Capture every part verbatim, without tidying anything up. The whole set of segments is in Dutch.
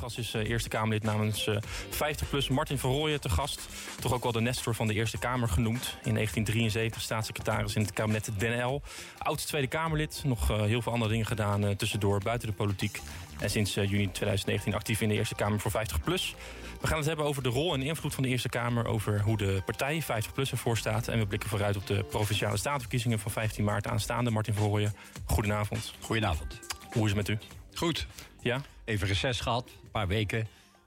Wijnands is uh, Eerste Kamerlid namens uh, vijftig plus. Martin van Rooyen te gast. Toch ook wel de Nestor van de Eerste Kamer genoemd. In negentien drieënzeventig staatssecretaris in het kabinet Den Uyl. Oud Tweede Kamerlid. Nog uh, heel veel andere dingen gedaan uh, tussendoor buiten de politiek. En sinds uh, juni twintig negentien actief in de Eerste Kamer voor vijftig plus. We gaan het hebben over de rol en invloed van de Eerste Kamer. Over hoe de partij vijftig plus ervoor staat. En we blikken vooruit op de Provinciale Statenverkiezingen van vijftien maart aanstaande. Martin van Rooyen, goedenavond. Goedenavond. Hoe is het met u? Goed. Ja? Even reces gehad, een paar weken.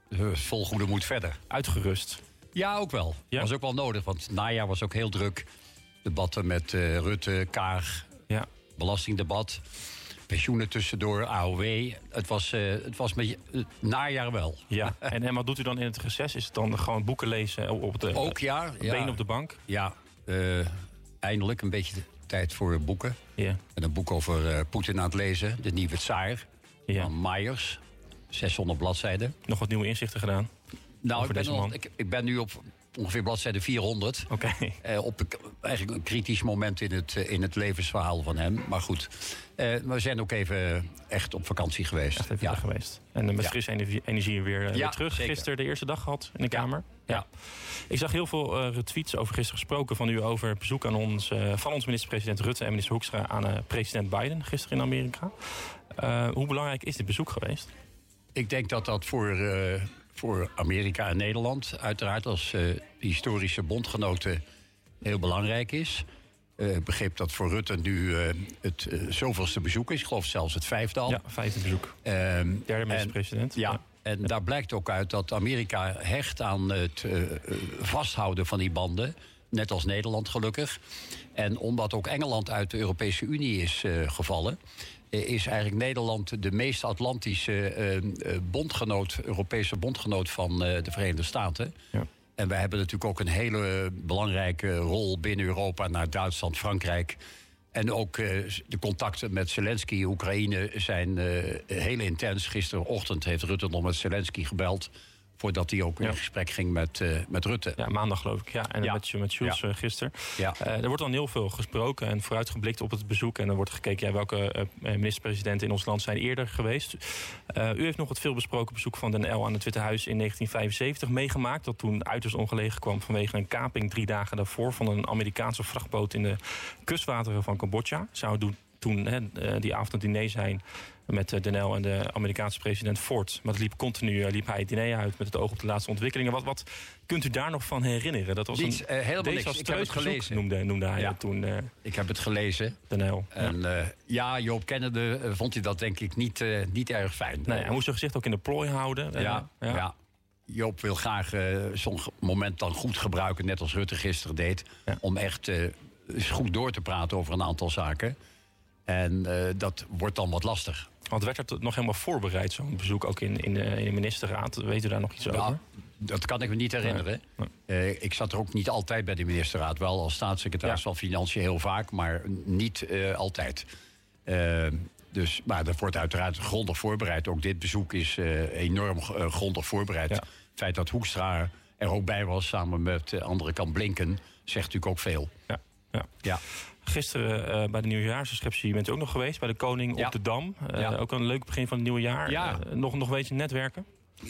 Vol goede moed verder. Uitgerust? Ja, ook wel. Ja? Was ook wel nodig, want het najaar was ook heel druk. Debatten met uh, Rutte, Kaag, ja. belastingdebat, pensioenen tussendoor, A O W. Het was, uh, het was met je, het najaar wel. Ja. En, en wat doet u dan in het reces? Is het dan gewoon boeken lezen op de ook, ja, benen ja. op de bank? Ja, uh, eindelijk een beetje tijd voor boeken. Ja. En een boek over uh, Poetin aan het lezen, De Nieuwe Tsaar, ja. van Myers. zeshonderd bladzijden. Nog wat nieuwe inzichten gedaan? Nou, ik ben, al, ik, ik ben nu op ongeveer bladzijde vierhonderd. Oké. Okay. Uh, op een, eigenlijk een kritisch moment in het, uh, in het levensverhaal van hem. Maar goed, uh, we zijn ook even echt op vakantie geweest. Echt even ja. geweest. En met ja. frisse energie, energie weer, uh, ja, weer terug. Zeker. Gisteren de eerste dag gehad in de Kamer. Ja. Ja. Ik zag heel veel uh, retweets over gisteren gesproken van u over het bezoek aan ons, uh, van ons minister-president Rutte en minister Hoekstra aan uh, president Biden gisteren in Amerika. Uh, hoe belangrijk is dit bezoek geweest? Ik denk dat dat voor, uh, voor Amerika en Nederland uiteraard als uh, historische bondgenoten heel belangrijk is. Uh, ik begreep dat voor Rutte nu uh, het uh, zoveelste bezoek is. Ik geloof zelfs het vijfde al. Ja, vijfde bezoek. Uh, Derde minister-president. Ja, ja, en ja. daar blijkt ook uit dat Amerika hecht aan het uh, vasthouden van die banden. Net als Nederland gelukkig. En omdat ook Engeland uit de Europese Unie is uh, gevallen, is eigenlijk Nederland de meest Atlantische uh, bondgenoot, Europese bondgenoot van uh, de Verenigde Staten. Ja. En wij hebben natuurlijk ook een hele belangrijke rol binnen Europa naar Duitsland, Frankrijk. En ook uh, de contacten met Zelensky in Oekraïne zijn uh, heel intens. Gisterochtend heeft Rutte nog met Zelensky gebeld, voordat hij ook in ja. gesprek ging met, uh, met Rutte. Ja, maandag geloof ik. Ja, en ja. met, met Schulz ja. gisteren. Ja. Uh, er wordt dan heel veel gesproken en vooruitgeblikt op het bezoek. En er wordt gekeken ja, welke uh, minister-presidenten in ons land zijn eerder geweest. Uh, u heeft nog het veelbesproken bezoek van Den Uyl aan het Witte Huis in negentien vijfenzeventig meegemaakt. Dat toen uiterst ongelegen kwam vanwege een kaping drie dagen daarvoor van een Amerikaanse vrachtboot in de kustwateren van Cambodja. Zou doen toen he, die avond een diner zijn met Den Uyl en de Amerikaanse president Ford. Maar het liep continu liep hij het diner uit met het oog op de laatste ontwikkelingen. Wat, wat kunt u daar nog van herinneren? Dat was Niets, een uh, helemaal niks. Ik heb het gelezen. Noemde, noemde hij ja. het toen. Uh, ik heb het gelezen. Den Uyl. En ja, uh, ja Joop kennende uh, vond hij dat denk ik niet, uh, niet erg fijn. Nee, hij moest zijn gezicht ook in de plooi houden. Ja, uh, ja. ja. Joop wil graag uh, zo'n moment dan goed gebruiken, net als Rutte gisteren deed, ja. om echt uh, eens goed door te praten over een aantal zaken. En uh, dat wordt dan wat lastig. Want werd er nog helemaal voorbereid, zo'n bezoek ook in, in, de, in de ministerraad? Weet u daar nog iets ja, over? Dat kan ik me niet herinneren. Nee. Nee. Uh, ik zat er ook niet altijd bij de ministerraad. Wel als staatssecretaris ja. van Financiën heel vaak, maar niet uh, altijd. Uh, dus, maar dat wordt uiteraard grondig voorbereid. Ook dit bezoek is uh, enorm uh, grondig voorbereid. Ja. Het feit dat Hoekstra er ook bij was, samen met de andere kant Blinken, zegt natuurlijk ook veel. Ja. Ja. ja. Gisteren uh, bij de nieuwjaarsreceptie bent u ook nog geweest. Bij de Koning ja. op de Dam. Uh, ja. Ook een leuk begin van het nieuwe jaar. Ja. Uh, nog, nog een beetje netwerken?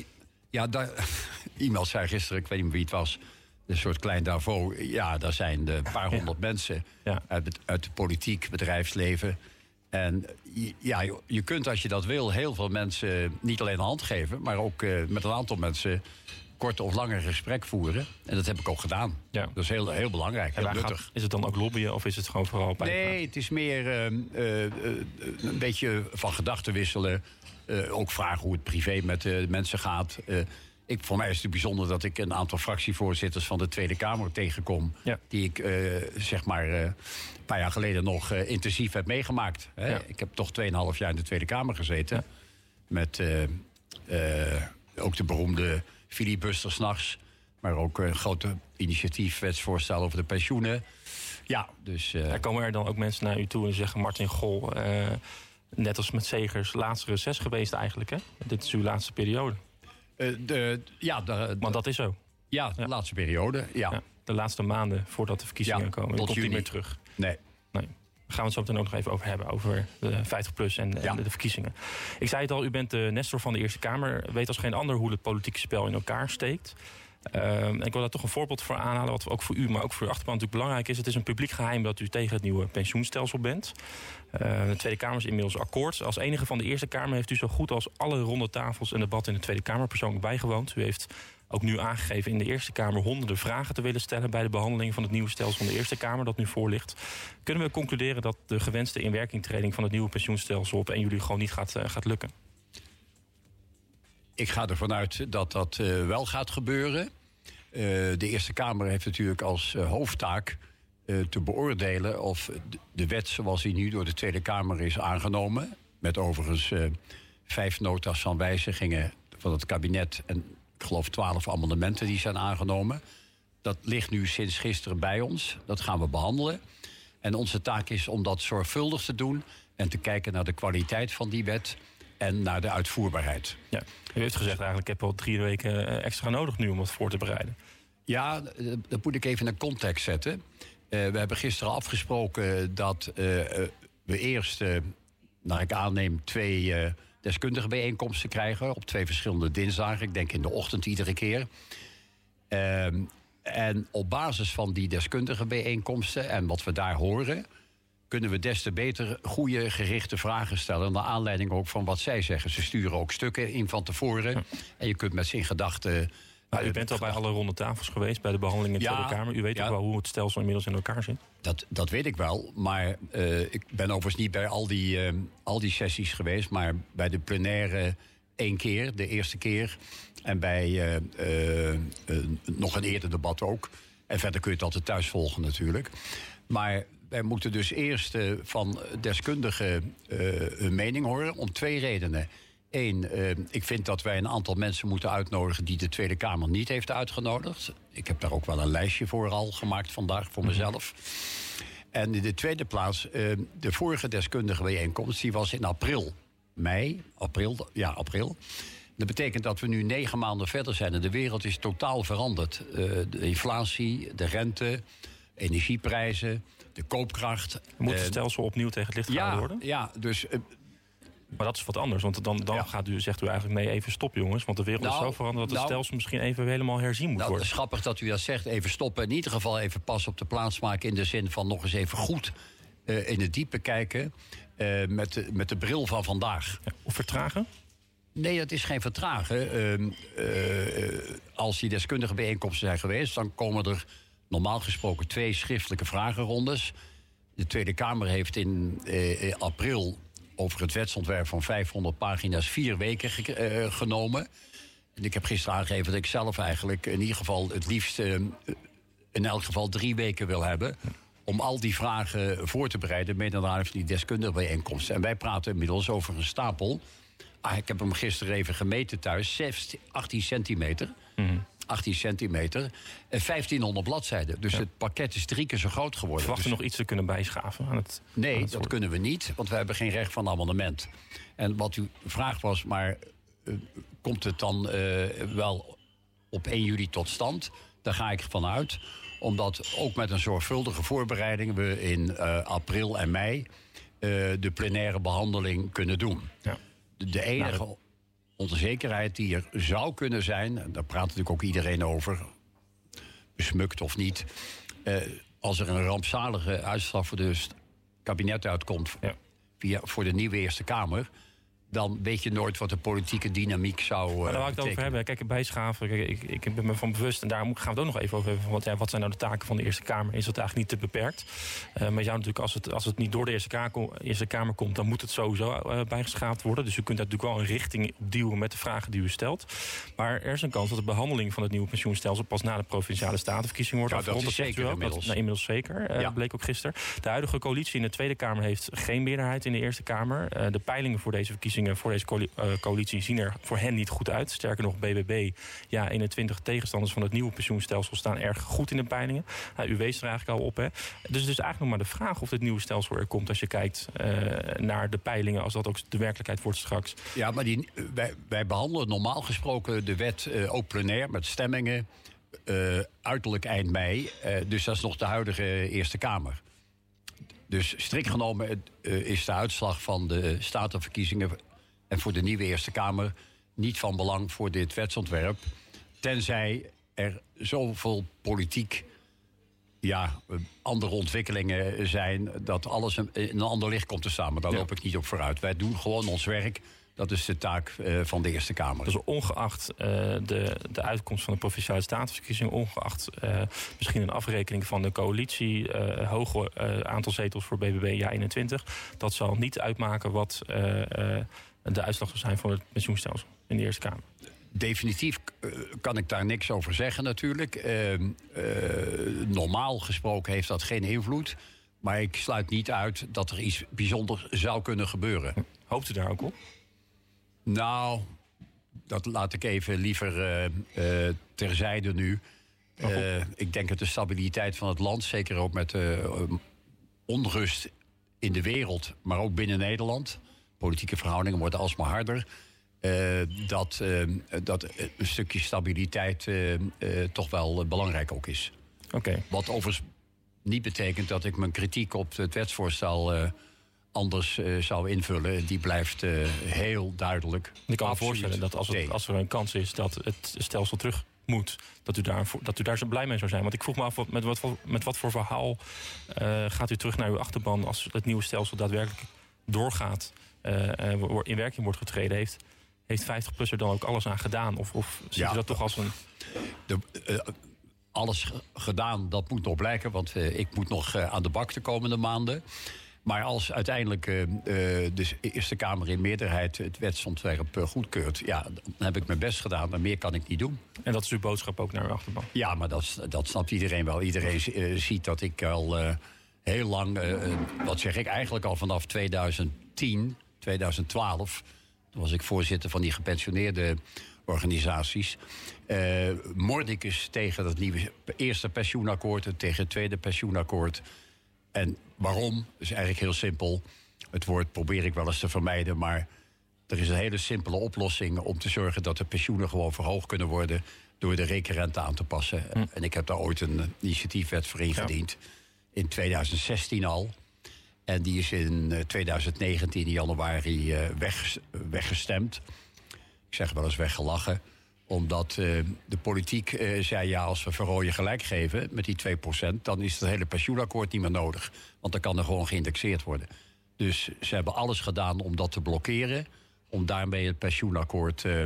Ja, daar, iemand zei gisteren, ik weet niet meer wie het was, een soort klein Davos. Ja, daar zijn een paar honderd ja. mensen ja. uit, uit de politiek, bedrijfsleven. En ja, je kunt als je dat wil heel veel mensen niet alleen een hand geven, maar ook uh, met een aantal mensen kort of langer gesprek voeren. En dat heb ik ook gedaan. Ja. Dat is heel, heel belangrijk, heel nuttig. Gaat, is het dan ook lobbyen of is het gewoon vooral bij? Nee, het is meer uh, uh, uh, een beetje van gedachten wisselen. Uh, ook vragen hoe het privé met de mensen gaat. Uh, ik, voor mij is het bijzonder dat ik een aantal fractievoorzitters van de Tweede Kamer tegenkom. Ja. Die ik uh, zeg maar uh, een paar jaar geleden nog uh, intensief heb meegemaakt. Hè? Ja. Ik heb toch tweeënhalf jaar in de Tweede Kamer gezeten. Ja. Met uh, uh, ook de beroemde filibuster 's nachts. Maar ook een grote initiatief, wetsvoorstel over de pensioenen. Ja, dus... Uh... Er komen er dan ook mensen naar u toe en zeggen, Martin Gol, uh, net als met Segers, laatste reces geweest eigenlijk, hè? Dit is uw laatste periode. Uh, de, ja, de, Want dat is zo. Ja, de ja. laatste periode, ja. ja. De laatste maanden voordat de verkiezingen ja, komen. U komt juni. niet meer terug. Nee. nee. gaan we het zo meteen ook nog even over hebben. Over de vijftig plus en, ja. en de verkiezingen. Ik zei het al, u bent de Nestor van de Eerste Kamer. Weet als geen ander hoe het politieke spel in elkaar steekt. Uh, ik wil daar toch een voorbeeld voor aanhalen, wat ook voor u, maar ook voor uw achterban natuurlijk belangrijk is. Het is een publiek geheim dat u tegen het nieuwe pensioenstelsel bent. Uh, de Tweede Kamer is inmiddels akkoord. Als enige van de Eerste Kamer heeft u zo goed als alle ronde tafels en debatten in de Tweede Kamer persoonlijk bijgewoond. U heeft ook nu aangegeven in de Eerste Kamer honderden vragen te willen stellen bij de behandeling van het nieuwe stelsel van de Eerste Kamer dat nu voor ligt. Kunnen we concluderen dat de gewenste inwerkingtreding van het nieuwe pensioenstelsel op één juli gewoon niet gaat, uh, gaat lukken? Ik ga ervan uit dat dat uh, wel gaat gebeuren. Uh, de Eerste Kamer heeft natuurlijk als uh, hoofdtaak uh, te beoordelen of de wet zoals die nu door de Tweede Kamer is aangenomen, met overigens uh, vijf nota's van wijzigingen van het kabinet en ik geloof twaalf amendementen die zijn aangenomen. Dat ligt nu sinds gisteren bij ons. Dat gaan we behandelen. En onze taak is om dat zorgvuldig te doen en te kijken naar de kwaliteit van die wet en naar de uitvoerbaarheid. Ja, u heeft gezegd eigenlijk, ik heb wel drie weken extra nodig nu om het voor te bereiden. Ja, dat moet ik even in een context zetten. Uh, we hebben gisteren afgesproken dat uh, we eerst, uh, naar ik aanneem, twee uh, deskundige bijeenkomsten krijgen op twee verschillende dinsdagen. Ik denk in de ochtend iedere keer. Uh, en op basis van die deskundige bijeenkomsten en wat we daar horen, kunnen we des te beter goede gerichte vragen stellen, naar aanleiding ook van wat zij zeggen. Ze sturen ook stukken in van tevoren. Ja. En je kunt met ze in gedachten. Nou, u bent al bij alle ronde tafels geweest bij de behandeling in de ja, Tweede Kamer. U weet ja, ook wel hoe het stelsel inmiddels in elkaar zit. Dat, dat weet ik wel. Maar uh, ik ben overigens niet bij al die, uh, al die sessies geweest, maar bij de plenaire één keer, de eerste keer. En bij uh, uh, uh, nog een eerder debat ook. En verder kun je het altijd thuis volgen natuurlijk. Maar wij moeten dus eerst uh, van deskundigen uh, hun mening horen om twee redenen. Eén, uh, ik vind dat wij een aantal mensen moeten uitnodigen die de Tweede Kamer niet heeft uitgenodigd. Ik heb daar ook wel een lijstje voor al gemaakt vandaag voor mezelf. En in de tweede plaats, uh, de vorige deskundige bijeenkomst, die was in april. Mei, april, ja, april. Dat betekent dat we nu negen maanden verder zijn en de wereld is totaal veranderd. Uh, de inflatie, de rente, energieprijzen, de koopkracht. Moet het stelsel opnieuw tegen het licht gehouden ja, worden? Ja, dus. Uh, maar dat is wat anders, want dan, dan ja. gaat u, zegt u eigenlijk nee, even stop jongens. Want de wereld nou, is zo veranderd dat het nou, stelsel misschien even helemaal herzien moet nou, worden. Het is grappig dat u dat zegt, even stoppen. In ieder geval even pas op de plaats maken in de zin van nog eens even goed uh, in het diepe kijken. Uh, met, de, met de bril van vandaag. Ja, of vertragen? Nee, dat is geen vertragen. Uh, uh, als die deskundige bijeenkomsten zijn geweest, dan komen er normaal gesproken twee schriftelijke vragenrondes. De Tweede Kamer heeft in uh, april over het wetsontwerp van vijfhonderd pagina's vier weken ge- uh, genomen. En ik heb gisteren aangegeven dat ik zelf eigenlijk in ieder geval het liefst uh, in elk geval drie weken wil hebben om al die vragen voor te bereiden, mede naar aanleiding van die deskundige bijeenkomsten. En wij praten inmiddels over een stapel. Ah, ik heb hem gisteren even gemeten thuis. achttien centimeter. Mm-hmm. achttien centimeter. En vijftienhonderd bladzijden. Dus ja. Het pakket is drie keer zo groot geworden. Verwacht u dus nog iets te kunnen bijschaven aan het Nee, aan het dat woord. kunnen we niet. Want we hebben geen recht van amendement. En wat uw vraag was, maar uh, komt het dan uh, wel op één juli tot stand? Daar ga ik van uit. Omdat ook met een zorgvuldige voorbereiding we in uh, april en mei uh, de plenaire behandeling kunnen doen. Ja. De, de enige nou, onzekerheid die er zou kunnen zijn, en daar praat natuurlijk ook iedereen over, besmukt of niet, uh, als er een rampzalige uitslag voor het kabinet uitkomt, ja. via, voor de nieuwe Eerste Kamer, dan weet je nooit wat de politieke dynamiek zou uh, maar daar wou ik het over hebben. Kijk, bijschaven, kijk, ik, ik ben me van bewust, en daar gaan we het ook nog even over hebben, want ja, wat zijn nou de taken van de Eerste Kamer? Is dat eigenlijk niet te beperkt? Uh, maar jou natuurlijk, als het, als het niet door de Eerste Kamer, Eerste Kamer komt, dan moet het sowieso uh, bijgeschaafd worden. Dus u kunt daar natuurlijk wel een richting op duwen met de vragen die u stelt. Maar er is een kans dat de behandeling van het nieuwe pensioenstelsel pas na de Provinciale Statenverkiezing wordt ja, afgerond. Dat is zeker inmiddels. Dat, nou, inmiddels zeker, uh, ja. bleek ook gisteren. De huidige coalitie in de Tweede Kamer heeft geen meerderheid in de Eerste Kamer. Uh, de peilingen voor deze verkiezingen, voor deze coalitie, uh, coalitie zien er voor hen niet goed uit. Sterker nog, B B B, ja, eenentwintig tegenstanders van het nieuwe pensioenstelsel staan erg goed in de peilingen. Uh, u wees er eigenlijk al op, hè. Dus het is eigenlijk nog maar de vraag of dit nieuwe stelsel er komt als je kijkt uh, naar de peilingen, als dat ook de werkelijkheid wordt straks. Ja, maar die, wij, wij behandelen normaal gesproken de wet uh, ook plenair met stemmingen uh, uiterlijk eind mei. Uh, dus dat is nog de huidige Eerste Kamer. Dus strikt genomen uh, is de uitslag van de statenverkiezingen en voor de nieuwe Eerste Kamer niet van belang voor dit wetsontwerp. Tenzij er zoveel politiek, ja, andere ontwikkelingen zijn dat alles in een ander licht komt te staan. Maar daar ja. loop ik niet op vooruit. Wij doen gewoon ons werk. Dat is de taak uh, van de Eerste Kamer. Dus ongeacht uh, de, de uitkomst van de Provinciale Statenverkiezingen, ongeacht uh, misschien een afrekening van de coalitie, uh, hoge uh, aantal zetels voor B B B, ja eenentwintig, dat zal niet uitmaken wat uh, uh, de uitslag zal zijn van het pensioenstelsel in de Eerste Kamer. Definitief uh, kan ik daar niks over zeggen natuurlijk. Uh, uh, normaal gesproken heeft dat geen invloed. Maar ik sluit niet uit dat er iets bijzonders zou kunnen gebeuren. Hoopt u daar ook op? Nou, dat laat ik even liever uh, uh, terzijde nu. Uh, ik denk dat de stabiliteit van het land, zeker ook met uh, onrust in de wereld, maar ook binnen Nederland, politieke verhoudingen worden alsmaar harder, uh, dat, uh, dat een stukje stabiliteit uh, uh, toch wel uh, belangrijk ook is. Okay. Wat overigens niet betekent dat ik mijn kritiek op het wetsvoorstel uh, anders uh, zou invullen. Die blijft uh, heel duidelijk. Ik kan me voorstellen dat als, het, als er een kans is dat het stelsel terug moet, dat u daar, dat u daar zo blij mee zou zijn. Want ik vroeg me af, met wat, met wat voor verhaal uh, gaat u terug naar uw achterban als het nieuwe stelsel daadwerkelijk doorgaat, uh, uh, in werking wordt getreden. Heeft, heeft vijftig-plus er dan ook alles aan gedaan? Of, of ziet ja, u dat toch als een... De, uh, alles gedaan, dat moet nog blijken, want uh, ik moet nog uh, aan de bak de komende maanden. Maar als uiteindelijk uh, de Eerste Kamer in meerderheid het wetsontwerp uh, goedkeurt, ja, dan heb ik mijn best gedaan, maar meer kan ik niet doen. En dat is uw boodschap ook naar uw achterban? Ja, maar dat, dat snapt iedereen wel. Iedereen uh, ziet dat ik al uh, heel lang, uh, wat zeg ik, eigenlijk al vanaf tweeduizend tien, tweeduizend twaalf... toen was ik voorzitter van die gepensioneerde organisaties, Uh, mordicus tegen het nieuwe eerste pensioenakkoord en tegen het tweede pensioenakkoord. En waarom? Dat is eigenlijk heel simpel. Het woord probeer ik wel eens te vermijden, maar er is een hele simpele oplossing om te zorgen dat de pensioenen gewoon verhoogd kunnen worden door de rekenrente aan te passen. Hm. En ik heb daar ooit een initiatiefwet voor ingediend. Ja. In tweeduizend zestien al. En die is in tweeduizend negentien in januari uh, weg, weggestemd. Ik zeg wel eens weggelachen. Omdat uh, de politiek uh, zei, ja, als we Verrooyen gelijk geven met die twee procent... dan is het hele pensioenakkoord niet meer nodig. Want dan kan er gewoon geïndexeerd worden. Dus ze hebben alles gedaan om dat te blokkeren, om daarmee het pensioenakkoord uh,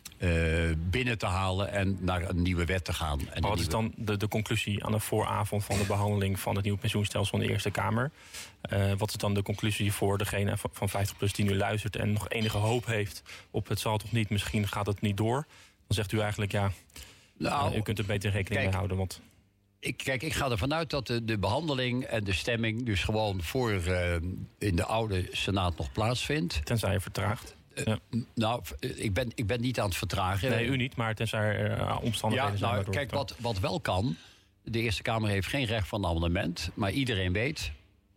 uh, binnen te halen en naar een nieuwe wet te gaan. En maar wat nieuwe... is dan de, de conclusie aan de vooravond van de behandeling van het nieuwe pensioenstelsel in de Eerste Kamer? Uh, wat is dan de conclusie voor degene van vijftig-plus die nu luistert en nog enige hoop heeft op het zal toch niet, misschien gaat het niet door? Dan zegt u eigenlijk, ja, nou, uh, u kunt er beter rekening kijk, mee houden. Want... Ik, kijk, ik ga ervan uit dat de, de behandeling en de stemming dus gewoon voor uh, in de oude Senaat nog plaatsvindt. Tenzij je vertraagt. Uh, ja. Nou, ik ben, ik ben niet aan het vertragen. Nee, u niet, maar tenzij er uh, omstandigheden ja, zijn. Nou, kijk, wat, wat wel kan, de Eerste Kamer heeft geen recht van amendement, maar iedereen weet,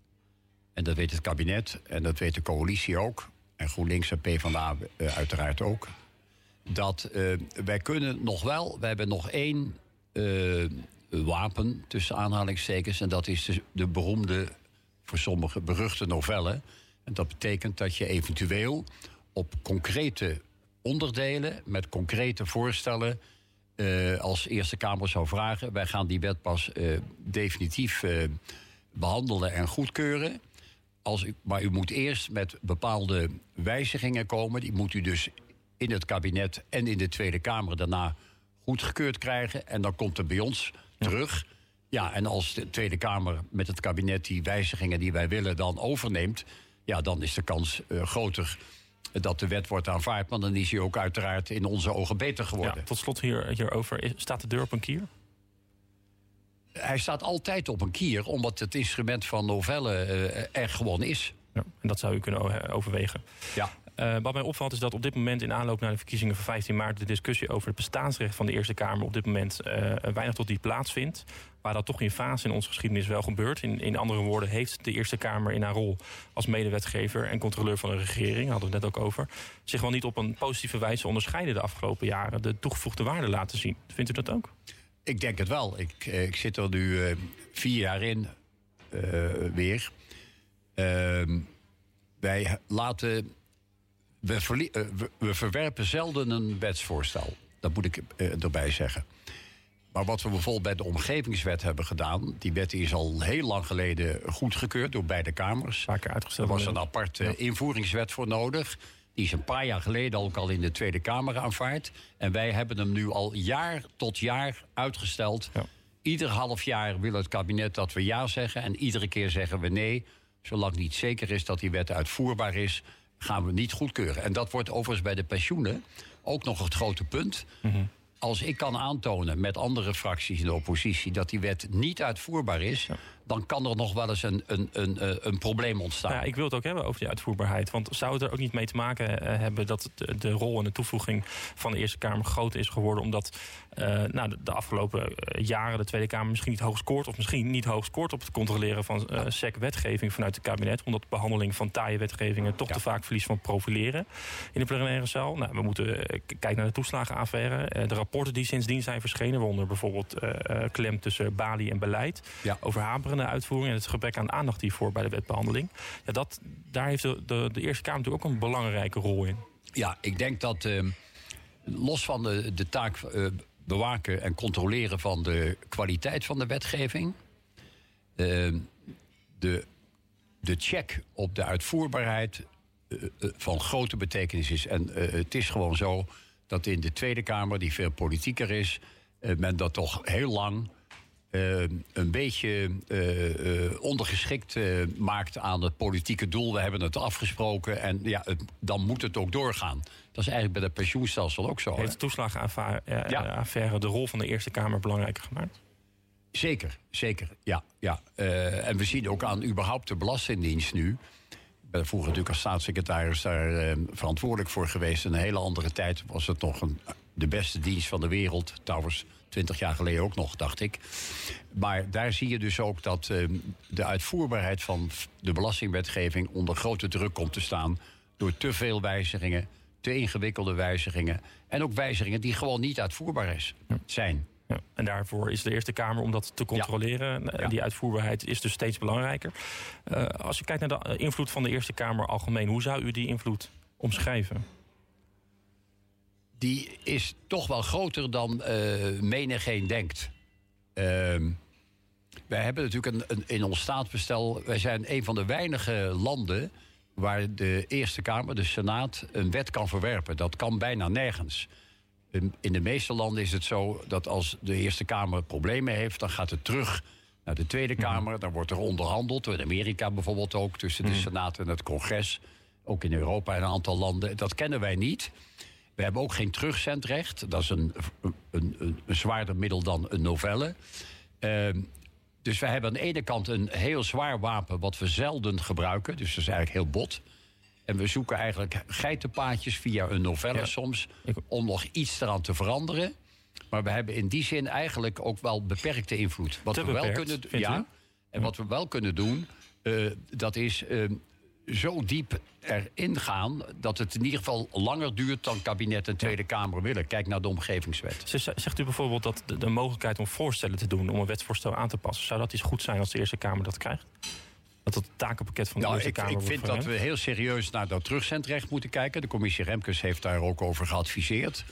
en dat weet het kabinet en dat weet de coalitie ook, en GroenLinks en PvdA uh, uiteraard ook, dat uh, wij kunnen nog wel, wij hebben nog één uh, wapen tussen aanhalingstekens, en dat is de, de beroemde, voor sommigen beruchte novelle. En dat betekent dat je eventueel op concrete onderdelen met concrete voorstellen uh, als Eerste Kamer zou vragen, wij gaan die wet pas uh, definitief uh, behandelen en goedkeuren. Als u, maar u moet eerst met bepaalde wijzigingen komen, die moet u dus in het kabinet en in de Tweede Kamer daarna goedgekeurd krijgen. En dan komt het bij ons terug. Ja, en als de Tweede Kamer met het kabinet die wijzigingen die wij willen dan overneemt, ja, dan is de kans uh, groter dat de wet wordt aanvaard. Maar dan is hij ook uiteraard in onze ogen beter geworden. Ja, tot slot hier, hierover. Staat de deur op een kier? Hij staat altijd op een kier, omdat het instrument van novelle uh, er gewoon is. Ja, en dat zou u kunnen overwegen. Ja. Uh, wat mij opvalt is dat op dit moment in aanloop naar de verkiezingen van vijftien maart... de discussie over het bestaansrecht van de Eerste Kamer op dit moment uh, weinig tot die plaatsvindt. Waar dat toch in fase in onze geschiedenis wel gebeurt. In, in andere woorden heeft de Eerste Kamer in haar rol als medewetgever en controleur van de regering, hadden we het net ook over, zich wel niet op een positieve wijze onderscheiden de afgelopen jaren. De toegevoegde waarde laten zien. Vindt u dat ook? Ik denk het wel. Ik, ik zit er nu uh, vier jaar in uh, weer. Uh, wij laten... We, verlie- uh, we, we verwerpen zelden een wetsvoorstel. Dat moet ik uh, erbij zeggen. Maar wat we bijvoorbeeld bij de omgevingswet hebben gedaan... die wet is al heel lang geleden goedgekeurd door beide kamers. Vaker uitgesteld. Er was een aparte ja. invoeringswet voor nodig. Die is een paar jaar geleden ook al in de Tweede Kamer aanvaard. En wij hebben hem nu al jaar tot jaar uitgesteld. Ja. Ieder half jaar wil het kabinet dat we ja zeggen... en iedere keer zeggen we nee. Zolang niet zeker is dat die wet uitvoerbaar is... gaan we niet goedkeuren. En dat wordt overigens bij de pensioenen ook nog het grote punt... Mm-hmm. Als ik kan aantonen met andere fracties in de oppositie... dat die wet niet uitvoerbaar is... Ja. dan kan er nog wel eens een, een, een, een probleem ontstaan. Nou ja, ik wil het ook hebben over die uitvoerbaarheid. Want zou het er ook niet mee te maken uh, hebben... dat de, de rol en de toevoeging van de Eerste Kamer groter is geworden... omdat uh, nou, de, de afgelopen uh, jaren de Tweede Kamer misschien niet hoog scoort... of misschien niet hoog scoort op het controleren van uh, S E C-wetgeving vanuit het kabinet... omdat de behandeling van taaie wetgevingen toch ja. te vaak verliest van profileren... in de plenaire zaal. Nou, we moeten uh, kijken naar de toeslagenaffaire... Uh, de rapporten die sindsdien zijn verschenen... waaronder bijvoorbeeld uh, uh, klem tussen balie en beleid... Ja. over haperende uitvoering en het gebrek aan aandacht hiervoor bij de wetbehandeling. Ja, dat, daar heeft de, de, de Eerste Kamer natuurlijk ook een belangrijke rol in. Ja, ik denk dat uh, los van de, de taak uh, bewaken en controleren van de kwaliteit van de wetgeving... Uh, de, de check op de uitvoerbaarheid uh, uh, van grote betekenis is. En uh, het is gewoon zo dat in de Tweede Kamer, die veel politieker is... Uh, men dat toch heel lang... Uh, een beetje uh, uh, ondergeschikt uh, maakt aan het politieke doel. We hebben het afgesproken en ja, het, dan moet het ook doorgaan. Dat is eigenlijk bij het pensioenstelsel ook zo. Heeft de toeslagenaffaire uh, de rol van de Eerste Kamer belangrijker gemaakt? Zeker, zeker, ja. ja. Uh, en we zien ook aan überhaupt de Belastingdienst nu... Ik ben vroeger natuurlijk als staatssecretaris daar uh, verantwoordelijk voor geweest. In een hele andere tijd was het nog een, de beste dienst van de wereld. Trouwens, twintig jaar geleden ook nog, dacht ik. Maar daar zie je dus ook dat uh, de uitvoerbaarheid van de belastingwetgeving... onder grote druk komt te staan door te veel wijzigingen... te ingewikkelde wijzigingen... en ook wijzigingen die gewoon niet uitvoerbaar is, zijn. Ja, en daarvoor is de Eerste Kamer om dat te controleren. Ja. Ja. Die uitvoerbaarheid is dus steeds belangrijker. Uh, als je kijkt naar de invloed van de Eerste Kamer algemeen... hoe zou u die invloed omschrijven? Die is toch wel groter dan uh, menigeen denkt. Uh, wij hebben natuurlijk een, een, in ons staatsbestel... wij zijn een van de weinige landen... waar de Eerste Kamer, de Senaat, een wet kan verwerpen. Dat kan bijna nergens. In de meeste landen is het zo dat als de Eerste Kamer problemen heeft... dan gaat het terug naar de Tweede Kamer. Dan wordt er onderhandeld, in Amerika bijvoorbeeld ook... tussen de Senaat en het Congres. Ook in Europa en een aantal landen. Dat kennen wij niet. We hebben ook geen terugzendrecht. Dat is een, een, een, een zwaarder middel dan een novelle. Uh, dus wij hebben aan de ene kant een heel zwaar wapen... wat we zelden gebruiken, dus dat is eigenlijk heel bot... En we zoeken eigenlijk geitenpaadjes via een novelle ja. soms... om nog iets eraan te veranderen. Maar we hebben in die zin eigenlijk ook wel beperkte invloed. Wat te we beperkt, wel kunnen, ja, En wat we wel kunnen doen, uh, dat is uh, zo diep erin gaan... dat het in ieder geval langer duurt dan kabinet en Tweede ja. Kamer willen. Kijk naar de omgevingswet. Zegt u bijvoorbeeld dat de, de mogelijkheid om voorstellen te doen... om een wetsvoorstel aan te passen... zou dat iets goed zijn als de Eerste Kamer dat krijgt? Dat het takenpakket van de nou, Eerste ik, Kamer ik vind dat we heel serieus naar dat terugzendrecht moeten kijken. De commissie Remkes heeft daar ook over geadviseerd.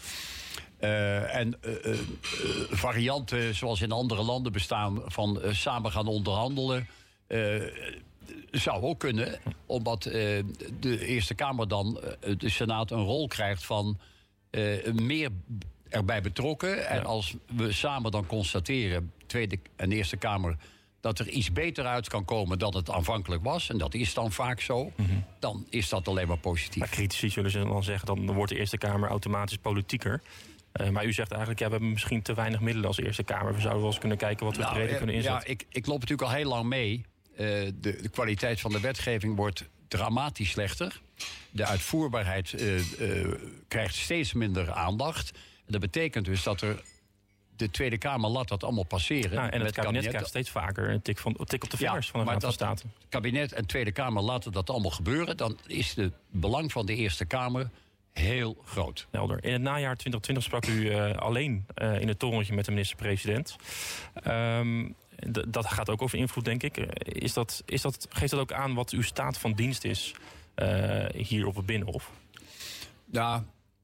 Uh, en uh, uh, varianten zoals in andere landen bestaan... van uh, samen gaan onderhandelen... Uh, zou ook kunnen, omdat uh, de Eerste Kamer dan... Uh, de Senaat een rol krijgt van uh, meer erbij betrokken. En ja. als we samen dan constateren, Tweede en Eerste Kamer... dat er iets beter uit kan komen dan het aanvankelijk was... en dat is dan vaak zo, mm-hmm. dan is dat alleen maar positief. Maar critici zullen ze dan zeggen... dan wordt de Eerste Kamer automatisch politieker. Uh, maar u zegt eigenlijk, ja, we hebben misschien te weinig middelen als Eerste Kamer. We zouden wel eens kunnen kijken wat we nou, breder kunnen inzetten. Ja, ik, ik loop natuurlijk al heel lang mee. Uh, de, de kwaliteit van de wetgeving wordt dramatisch slechter. De uitvoerbaarheid uh, uh, krijgt steeds minder aandacht. En dat betekent dus dat er... De Tweede Kamer laat dat allemaal passeren. Nou, en het kabinet, kabinet krijgt steeds vaker een tik, van, een tik op de vingers ja, van de Raad van State. Het kabinet en Tweede Kamer laten dat allemaal gebeuren. Dan is het belang van de Eerste Kamer heel groot. Helder. In het najaar twintig twintig sprak u uh, alleen uh, in het torentje met de minister-president. Um, d- dat gaat ook over invloed, denk ik. Is dat, is dat, geeft dat ook aan wat uw staat van dienst is uh, hier op het Binnenhof? Nou,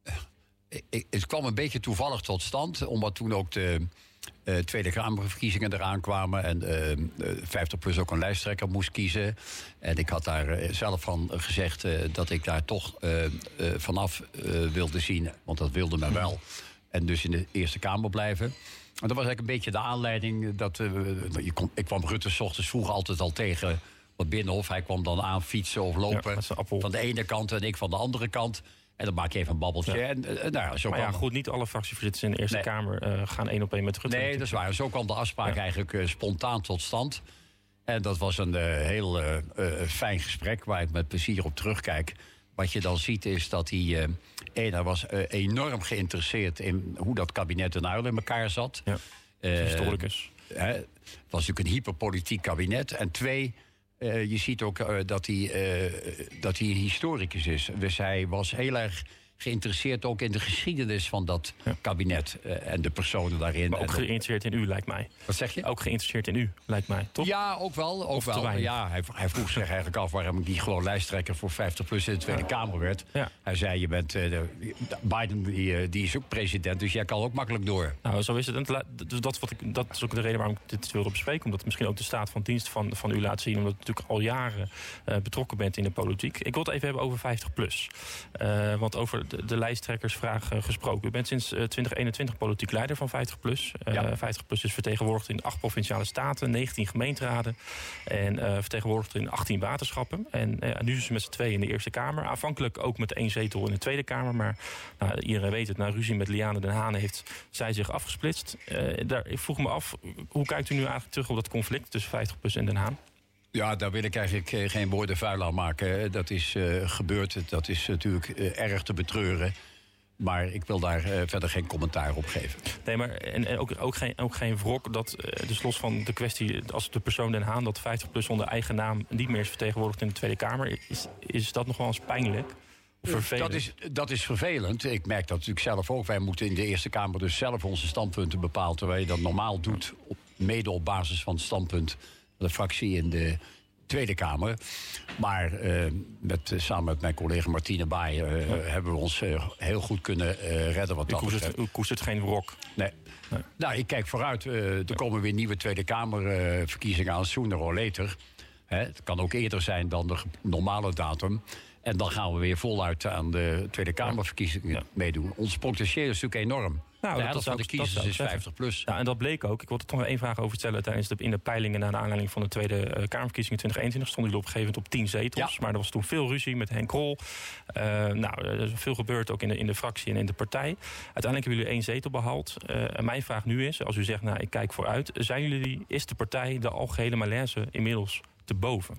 het kwam een beetje toevallig tot stand, omdat toen ook de uh, Tweede Kamerverkiezingen eraan kwamen en uh, vijftig plus ook een lijsttrekker moest kiezen. En ik had daar uh, zelf van gezegd uh, dat ik daar toch uh, uh, vanaf uh, wilde zien, want dat wilde men wel. En dus in de Eerste Kamer blijven. En dat was eigenlijk een beetje de aanleiding dat uh, je kon, ik kwam Rutte 's ochtends vroeg altijd al tegen op het Binnenhof. Hij kwam dan aan fietsen of lopen ja, van de ene kant en ik van de andere kant. En dan maak je even een babbeltje. Ja. En, uh, nou, zo maar ja, goed, niet alle fractievoorzitters in de Eerste nee. Kamer uh, gaan één op één met Rutte. Nee, dat is waar. Zo kwam de afspraak ja. eigenlijk uh, spontaan tot stand. En dat was een uh, heel uh, uh, fijn gesprek waar ik met plezier op terugkijk. Wat je dan ziet is dat hij, uh, één, hij was uh, enorm geïnteresseerd in hoe dat kabinet in Uilen in elkaar zat. Ja, uh, historicus. Uh, het was natuurlijk een hyperpolitiek kabinet. En twee, uh, je ziet ook uh, dat, hij, uh, dat hij een historicus is. Dus hij was heel erg geïnteresseerd ook in de geschiedenis van dat ja. kabinet uh, en de personen daarin. Maar ook geïnteresseerd in u, lijkt mij. Wat zeg je? Ook geïnteresseerd in u, lijkt mij, toch? Ja, ook wel. Ook wel. Ja, hij, hij vroeg zich eigenlijk af waarom ik die gewoon lijsttrekker voor vijftig plus in de Tweede ja. Kamer werd. Ja. Hij zei, je bent uh, de, Biden die, die is ook president, dus jij kan ook makkelijk door. Nou, zo is het. En dat, wat ik, dat is ook de reden waarom ik dit wilde bespreken. Omdat het misschien ook de staat van dienst van, van u laat zien. Omdat u natuurlijk al jaren uh, betrokken bent in de politiek. Ik wil het even hebben over vijftig plus. Uh, want over de, de lijsttrekkersvraag uh, gesproken. U bent sinds uh, twintig eenentwintig politiek leider van vijftig plus. Uh, ja. vijftig plus is vertegenwoordigd in acht provinciale staten, negentien gemeenteraden en uh, vertegenwoordigd in achttien waterschappen. En uh, nu is ze met z'n tweeën in de Eerste Kamer. Aanvankelijk ook met één zetel in de Tweede Kamer. Maar nou, iedereen weet het, na ruzie met Liane Den Haan heeft zij zich afgesplitst. Uh, daar, ik vroeg me af, hoe kijkt u nu eigenlijk terug op dat conflict tussen vijftig plus en Den Haan? Ja, daar wil ik eigenlijk geen woorden vuil aan maken. Dat is uh, gebeurd. Dat is natuurlijk uh, erg te betreuren. Maar ik wil daar uh, verder geen commentaar op geven. Nee, maar en, en ook, ook, geen, ook geen wrok dat, uh, dus los van de kwestie als de persoon Den Haan, dat vijftig plus onder eigen naam niet meer is vertegenwoordigd in de Tweede Kamer. Is, is dat nog wel eens pijnlijk? Vervelend? Dat is, dat is vervelend. Ik merk dat natuurlijk zelf ook. Wij moeten in de Eerste Kamer dus zelf onze standpunten bepalen, terwijl je dat normaal doet, op, mede op basis van het standpunt van de fractie in de Tweede Kamer. Maar uh, met, uh, samen met mijn collega Martine Baai uh, ja. hebben we ons uh, heel goed kunnen uh, redden. Wat u, koestert, u koestert geen wrok? Nee. nee. Nou, ik kijk vooruit. Uh, er ja. komen weer nieuwe Tweede Kamerverkiezingen uh, aan, sooner or later. Hè, het kan ook eerder zijn dan de normale datum. En dan gaan we weer voluit aan de Tweede Kamerverkiezingen ja. meedoen. Ons potentieel is natuurlijk enorm. Nou, de helft van de kiezers is vijftig plus. Ja, en dat bleek ook. Ik wilde er toch nog één vraag over stellen. Tijdens de, in de peilingen naar de aanleiding van de Tweede uh, Kamerverkiezingen twintig eenentwintig... stonden jullie op een gegeven moment op tien zetels. Ja. Maar er was toen veel ruzie met Henk Krol. Uh, nou, er is veel gebeurd ook in de, in de fractie en in de partij. Uiteindelijk hebben jullie één zetel behaald. Uh, en mijn vraag nu is, als u zegt, nou, ik kijk vooruit. Zijn jullie, is de partij de algehele malaise inmiddels te boven?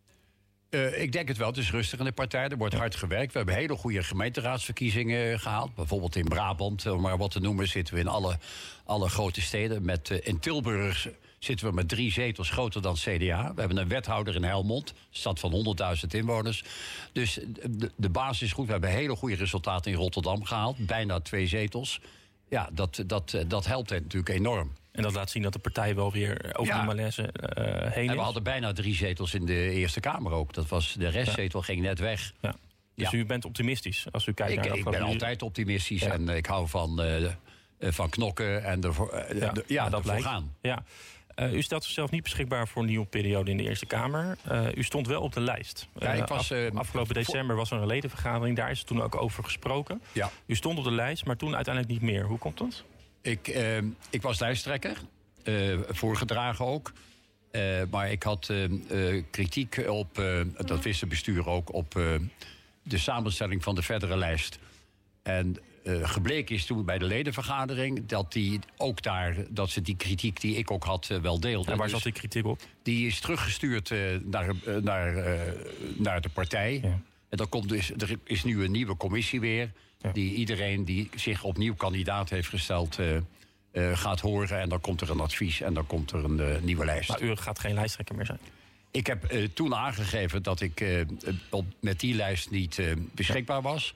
Uh, ik denk het wel. Het is rustig in de partij. Er wordt ja. hard gewerkt. We hebben hele goede gemeenteraadsverkiezingen gehaald. Bijvoorbeeld in Brabant, om maar wat te noemen, zitten we in alle, alle grote steden. Met, uh, in Tilburg zitten we met drie zetels groter dan C D A. We hebben een wethouder in Helmond, stad van honderdduizend inwoners. Dus de, de basis is goed. We hebben hele goede resultaten in Rotterdam gehaald. Bijna twee zetels. Ja, dat, dat, dat helpt natuurlijk enorm. En dat laat zien dat de partij wel weer over ja. die malaise uh, heen is. En we hadden bijna drie zetels in de Eerste Kamer ook. Dat was, de restzetel ja. ging net weg. Ja. Dus ja. u bent optimistisch als u kijkt ik, naar de Ik ben altijd optimistisch ja. en ik hou van, uh, van knokken en ervoor uh, ja. ja, ervoor gaan. Ja. Uh, u stelt zichzelf niet beschikbaar voor een nieuwe periode in de Eerste Kamer. Uh, u stond wel op de lijst. Ja, ik was, uh, Af, afgelopen december was er een ledenvergadering. Daar is het toen ook over gesproken. Ja. U stond op de lijst, maar toen uiteindelijk niet meer. Hoe komt dat? Ik, uh, ik was lijsttrekker. Uh, voorgedragen ook. Uh, maar ik had uh, uh, kritiek op, uh, dat wist het bestuur ook, op uh, de samenstelling van de verdere lijst. En uh, gebleken is toen bij de ledenvergadering dat die ook daar, dat ze die kritiek die ik ook had uh, wel deelde. En waar dus zat die kritiek op? Die is teruggestuurd uh, naar, uh, naar, uh, naar de partij. Ja. En dan komt dus, er is nu een nieuwe commissie weer. Ja. Die iedereen die zich opnieuw kandidaat heeft gesteld Uh, Uh, gaat horen en dan komt er een advies en dan komt er een uh, nieuwe lijst. Maar u gaat geen lijsttrekker meer zijn? Ik heb uh, toen aangegeven dat ik uh, op, met die lijst niet uh, beschikbaar was.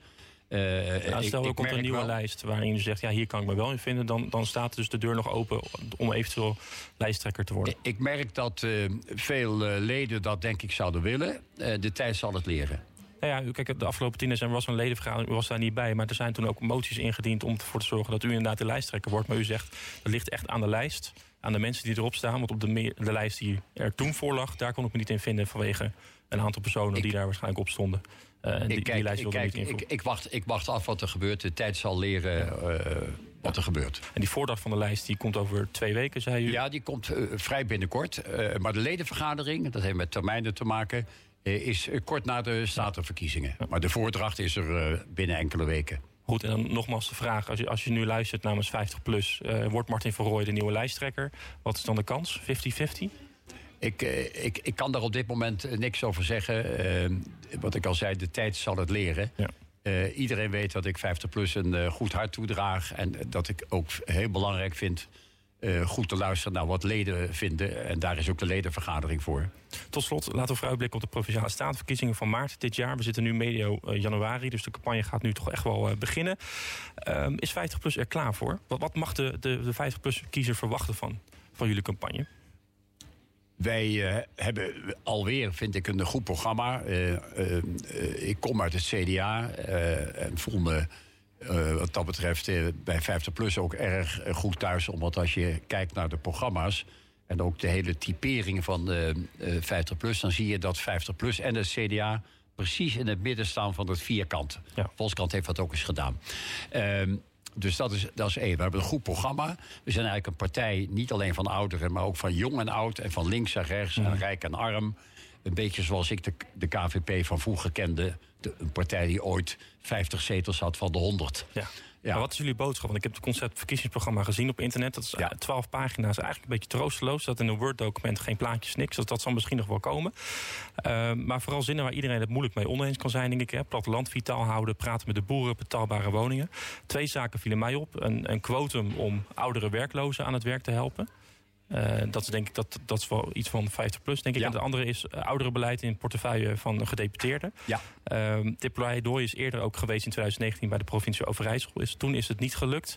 Uh, ja, stel, er komt een nieuwe wel... lijst waarin je zegt... ja, hier kan ik me wel in vinden. Dan, dan staat dus de deur nog open om eventueel lijsttrekker te worden. Ik merk dat uh, veel uh, leden dat denk ik zouden willen. Uh, de tijd zal het leren. Nou ja, kijk, de afgelopen tien december was een ledenvergadering, u was daar niet bij. Maar er zijn toen ook moties ingediend om ervoor te zorgen dat u inderdaad de lijsttrekker wordt. Maar u zegt, dat ligt echt aan de lijst, aan de mensen die erop staan. Want op de, me- de lijst die er toen voor lag, daar kon ik me niet in vinden vanwege een aantal personen ik, die daar waarschijnlijk op stonden. Uh, en die, ik kijk, die lijst wilde ik, niet kijk, ik, ik, wacht, ik wacht af wat er gebeurt. De tijd zal leren uh, wat er gebeurt. En die voordracht van de lijst die komt over twee weken, zei u? Ja, die komt uh, vrij binnenkort. Uh, maar de ledenvergadering, dat heeft met termijnen te maken, uh, is uh, kort na de statenverkiezingen. Ja. Maar de voordracht is er uh, binnen enkele weken. Goed, en dan nogmaals de vraag. Als je, als je nu luistert namens vijftig plus... Uh, wordt Martin van Rooij de nieuwe lijsttrekker? Wat is dan de kans? vijftig vijftig? Ik, uh, ik, ik kan daar op dit moment uh, niks over zeggen. Uh, wat ik al zei, de tijd zal het leren. Ja. Uh, iedereen weet dat ik vijftig plus een uh, goed hart toedraag. En dat ik ook heel belangrijk vind... Uh, goed te luisteren naar wat leden vinden. En daar is ook de ledenvergadering voor. Tot slot, laten we vooruitblikken op de Provinciale Statenverkiezingen van maart dit jaar. We zitten nu medio uh, januari, dus de campagne gaat nu toch echt wel uh, beginnen. Uh, is vijftig plus er klaar voor? Wat, wat mag de, de, de vijftig plus kiezer verwachten van, van jullie campagne? Wij uh, hebben alweer, vind ik, een goed programma. Uh, uh, uh, ik kom uit het C D A uh, en voel me... Uh, wat dat betreft uh, bij vijftig plus ook erg uh, goed thuis. Omdat als je kijkt naar de programma's... en ook de hele typering van uh, uh, vijftig plus... dan zie je dat vijftig plus en de C D A... precies in het midden staan van het vierkant. Ja. Volkskrant heeft dat ook eens gedaan. Uh, dus dat is, dat is één. We hebben een goed programma. We zijn eigenlijk een partij niet alleen van ouderen... maar ook van jong en oud en van links en rechts... Mm. en rijk en arm. Een beetje zoals ik de, de K V P van vroeger kende... De, een partij die ooit vijftig zetels had van de honderd. Ja. Ja. Maar wat is jullie boodschap? Want ik heb het concept verkiezingsprogramma gezien op internet. Dat is ja. twaalf pagina's, eigenlijk een beetje troosteloos. Dat in een Word-document geen plaatjes, niks. Dat, dat zal misschien nog wel komen. Uh, maar vooral zinnen waar iedereen het moeilijk mee oneens kan zijn, denk ik. Hè. Platteland vitaal houden, praten met de boeren, betaalbare woningen. Twee zaken vielen mij op. Een, een quotum om oudere werklozen aan het werk te helpen. Uh, dat is denk ik dat, dat is wel iets van vijftig plus, denk ik. Ja. En de andere is uh, ouderenbeleid in het portefeuille van gedeputeerden. Ja. Uh, dit pleidooi is eerder ook geweest in twintig negentien bij de provincie Overijssel. Is, toen is het niet gelukt.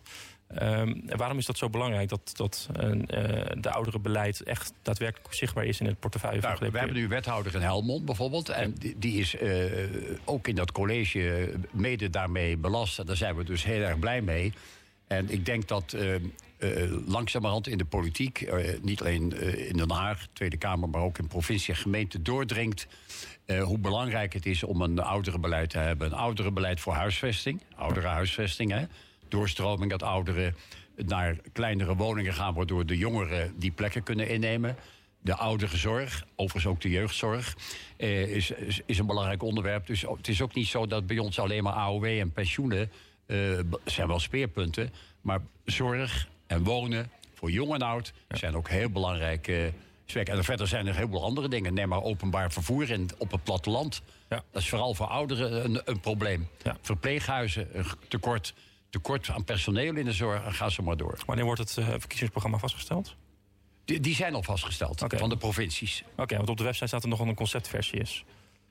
Um, waarom is dat zo belangrijk dat, dat uh, de ouderenbeleid echt daadwerkelijk zichtbaar is in het portefeuille nou, van gedeputeerden? We hebben nu wethouder in Helmond bijvoorbeeld. En die, die is uh, ook in dat college mede daarmee belast. En daar zijn we dus heel erg blij mee. En ik denk dat uh, uh, langzamerhand in de politiek, uh, niet alleen uh, in Den Haag, Tweede Kamer, maar ook in provincie en gemeente doordringt uh, hoe belangrijk het is om een ouderenbeleid te hebben. Een ouderenbeleid voor huisvesting, ouderenhuisvesting, hè. Doorstroming dat ouderen naar kleinere woningen gaan, waardoor de jongeren die plekken kunnen innemen. De ouderenzorg, overigens ook de jeugdzorg, uh, is, is, is een belangrijk onderwerp. Dus het is ook niet zo dat bij ons alleen maar A O W en pensioenen Uh, zijn wel speerpunten, maar zorg en wonen voor jong en oud ja. zijn ook heel belangrijk. Uh, en verder zijn er heel veel andere dingen. Neem maar openbaar vervoer in, op het platteland. Ja. Dat is vooral voor ouderen een, een probleem. Ja. Verpleeghuizen, een tekort, tekort aan personeel in de zorg, en ga zo maar door. Wanneer wordt het uh, verkiezingsprogramma vastgesteld? Die, die zijn al vastgesteld, okay. van de provincies. Oké, okay, want op de website staat er nog een conceptversie is.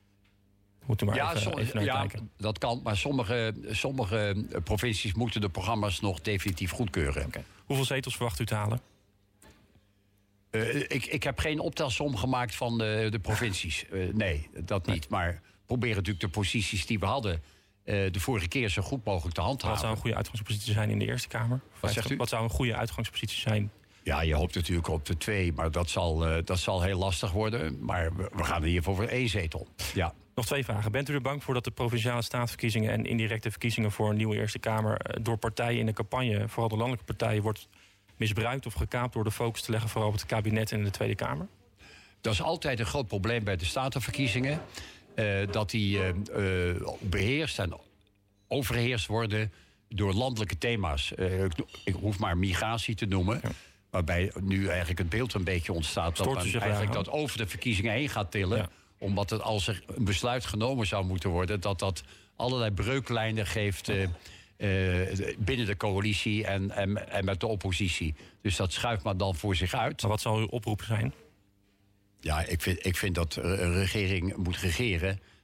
Moet u maar ja, even, som, even ja dat kan. Maar sommige, sommige provincies moeten de programma's nog definitief goedkeuren. Okay. Hoeveel zetels verwacht u te halen? Uh, ik, ik heb geen optelsom gemaakt van de, de provincies. Uh, nee, dat niet. Nee. Maar proberen natuurlijk de posities die we hadden Uh, de vorige keer zo goed mogelijk te handhaven. Wat zou een goede uitgangspositie zijn in de Eerste Kamer? Wat zegt u? Wat zou een goede uitgangspositie zijn? Ja, je hoopt natuurlijk op de twee, maar dat zal, uh, dat zal heel lastig worden. Maar we, we gaan er hiervoor voor één zetel. Ja. Nog twee vragen. Bent u er bang voor dat de provinciale staatsverkiezingen en indirecte verkiezingen voor een nieuwe Eerste Kamer door partijen in de campagne, vooral de landelijke partijen, wordt misbruikt of gekaapt door de focus te leggen vooral op het kabinet en in de Tweede Kamer? Dat is altijd een groot probleem bij de statenverkiezingen. Uh, dat die uh, uh, beheerst en overheerst worden door landelijke thema's. Uh, ik, ik hoef maar migratie te noemen. Ja. Waarbij nu eigenlijk het beeld een beetje ontstaat dat men eigenlijk dat over de verkiezingen heen gaat tillen. Ja. Omdat het, als er een besluit genomen zou moeten worden, dat dat allerlei breuklijnen geeft uh, uh, binnen de coalitie en, en, en met de oppositie. Dus dat schuift maar dan voor zich uit. Maar wat zal uw oproep zijn? Ja, ik vind, ik vind dat een regering moet regeren.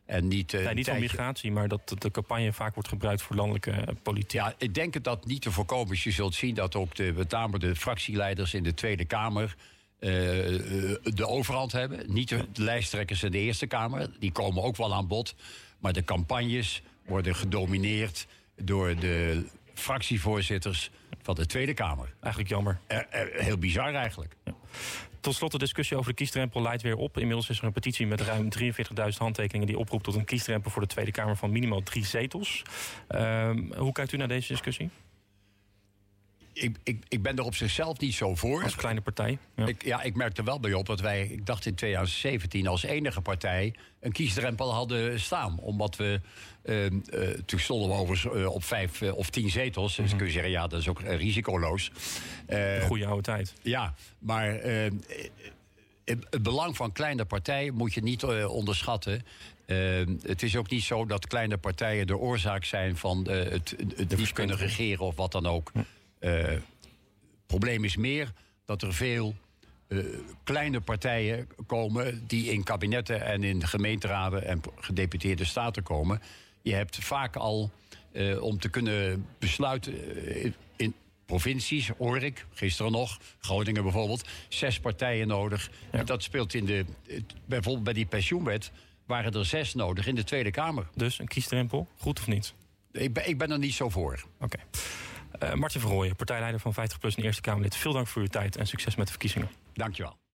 En niet, uh, nee, niet van migratie, maar dat de campagne vaak wordt gebruikt voor landelijke uh, politiek. Ja, ik denk dat dat niet te voorkomen is. Je zult zien dat ook de, met name de fractieleiders in de Tweede Kamer Uh, de overhand hebben. Niet de lijsttrekkers in de Eerste Kamer. Die komen ook wel aan bod. Maar de campagnes worden gedomineerd door de fractievoorzitters van de Tweede Kamer. Eigenlijk jammer. Uh, uh, heel bizar eigenlijk. Ja. Tot slot, de discussie over de kiesdrempel leidt weer op. Inmiddels is er een petitie met ruim drieënveertigduizend handtekeningen die oproept tot een kiesdrempel voor de Tweede Kamer van minimaal drie zetels. Uh, hoe kijkt u naar deze discussie? Ik, ik, ik ben er op zichzelf niet zo voor. Als kleine partij? Ja. Ik, ja, ik merk er wel bij op dat wij, ik dacht in twintig zeventien... als enige partij een kiesdrempel hadden staan. Omdat we, uh, uh, toen stonden we overigens uh, op vijf uh, of tien zetels. Dus mm-hmm. kun je zeggen, ja, dat is ook uh, risicoloos. Uh, Goeie oude tijd. Ja, maar uh, het belang van kleine partijen moet je niet uh, onderschatten. Uh, het is ook niet zo dat kleine partijen de oorzaak zijn van uh, het, het niet kunnen regeren of wat dan ook. Hm. Het uh, probleem is meer dat er veel uh, kleine partijen komen die in kabinetten en in gemeenteraden en gedeputeerde staten komen. Je hebt vaak al, uh, om te kunnen besluiten uh, in provincies, hoor ik, gisteren nog, Groningen bijvoorbeeld, zes partijen nodig. Ja. En dat speelt in de, bijvoorbeeld bij die pensioenwet, waren er zes nodig in de Tweede Kamer. Dus een kiesdrempel, goed of niet? Ik ben, ik ben er niet zo voor. Oké. Okay. Uh, Martin van Rooyen, partijleider van vijftig plus en Eerste Kamerlid. Veel dank voor uw tijd en succes met de verkiezingen. Dank je wel.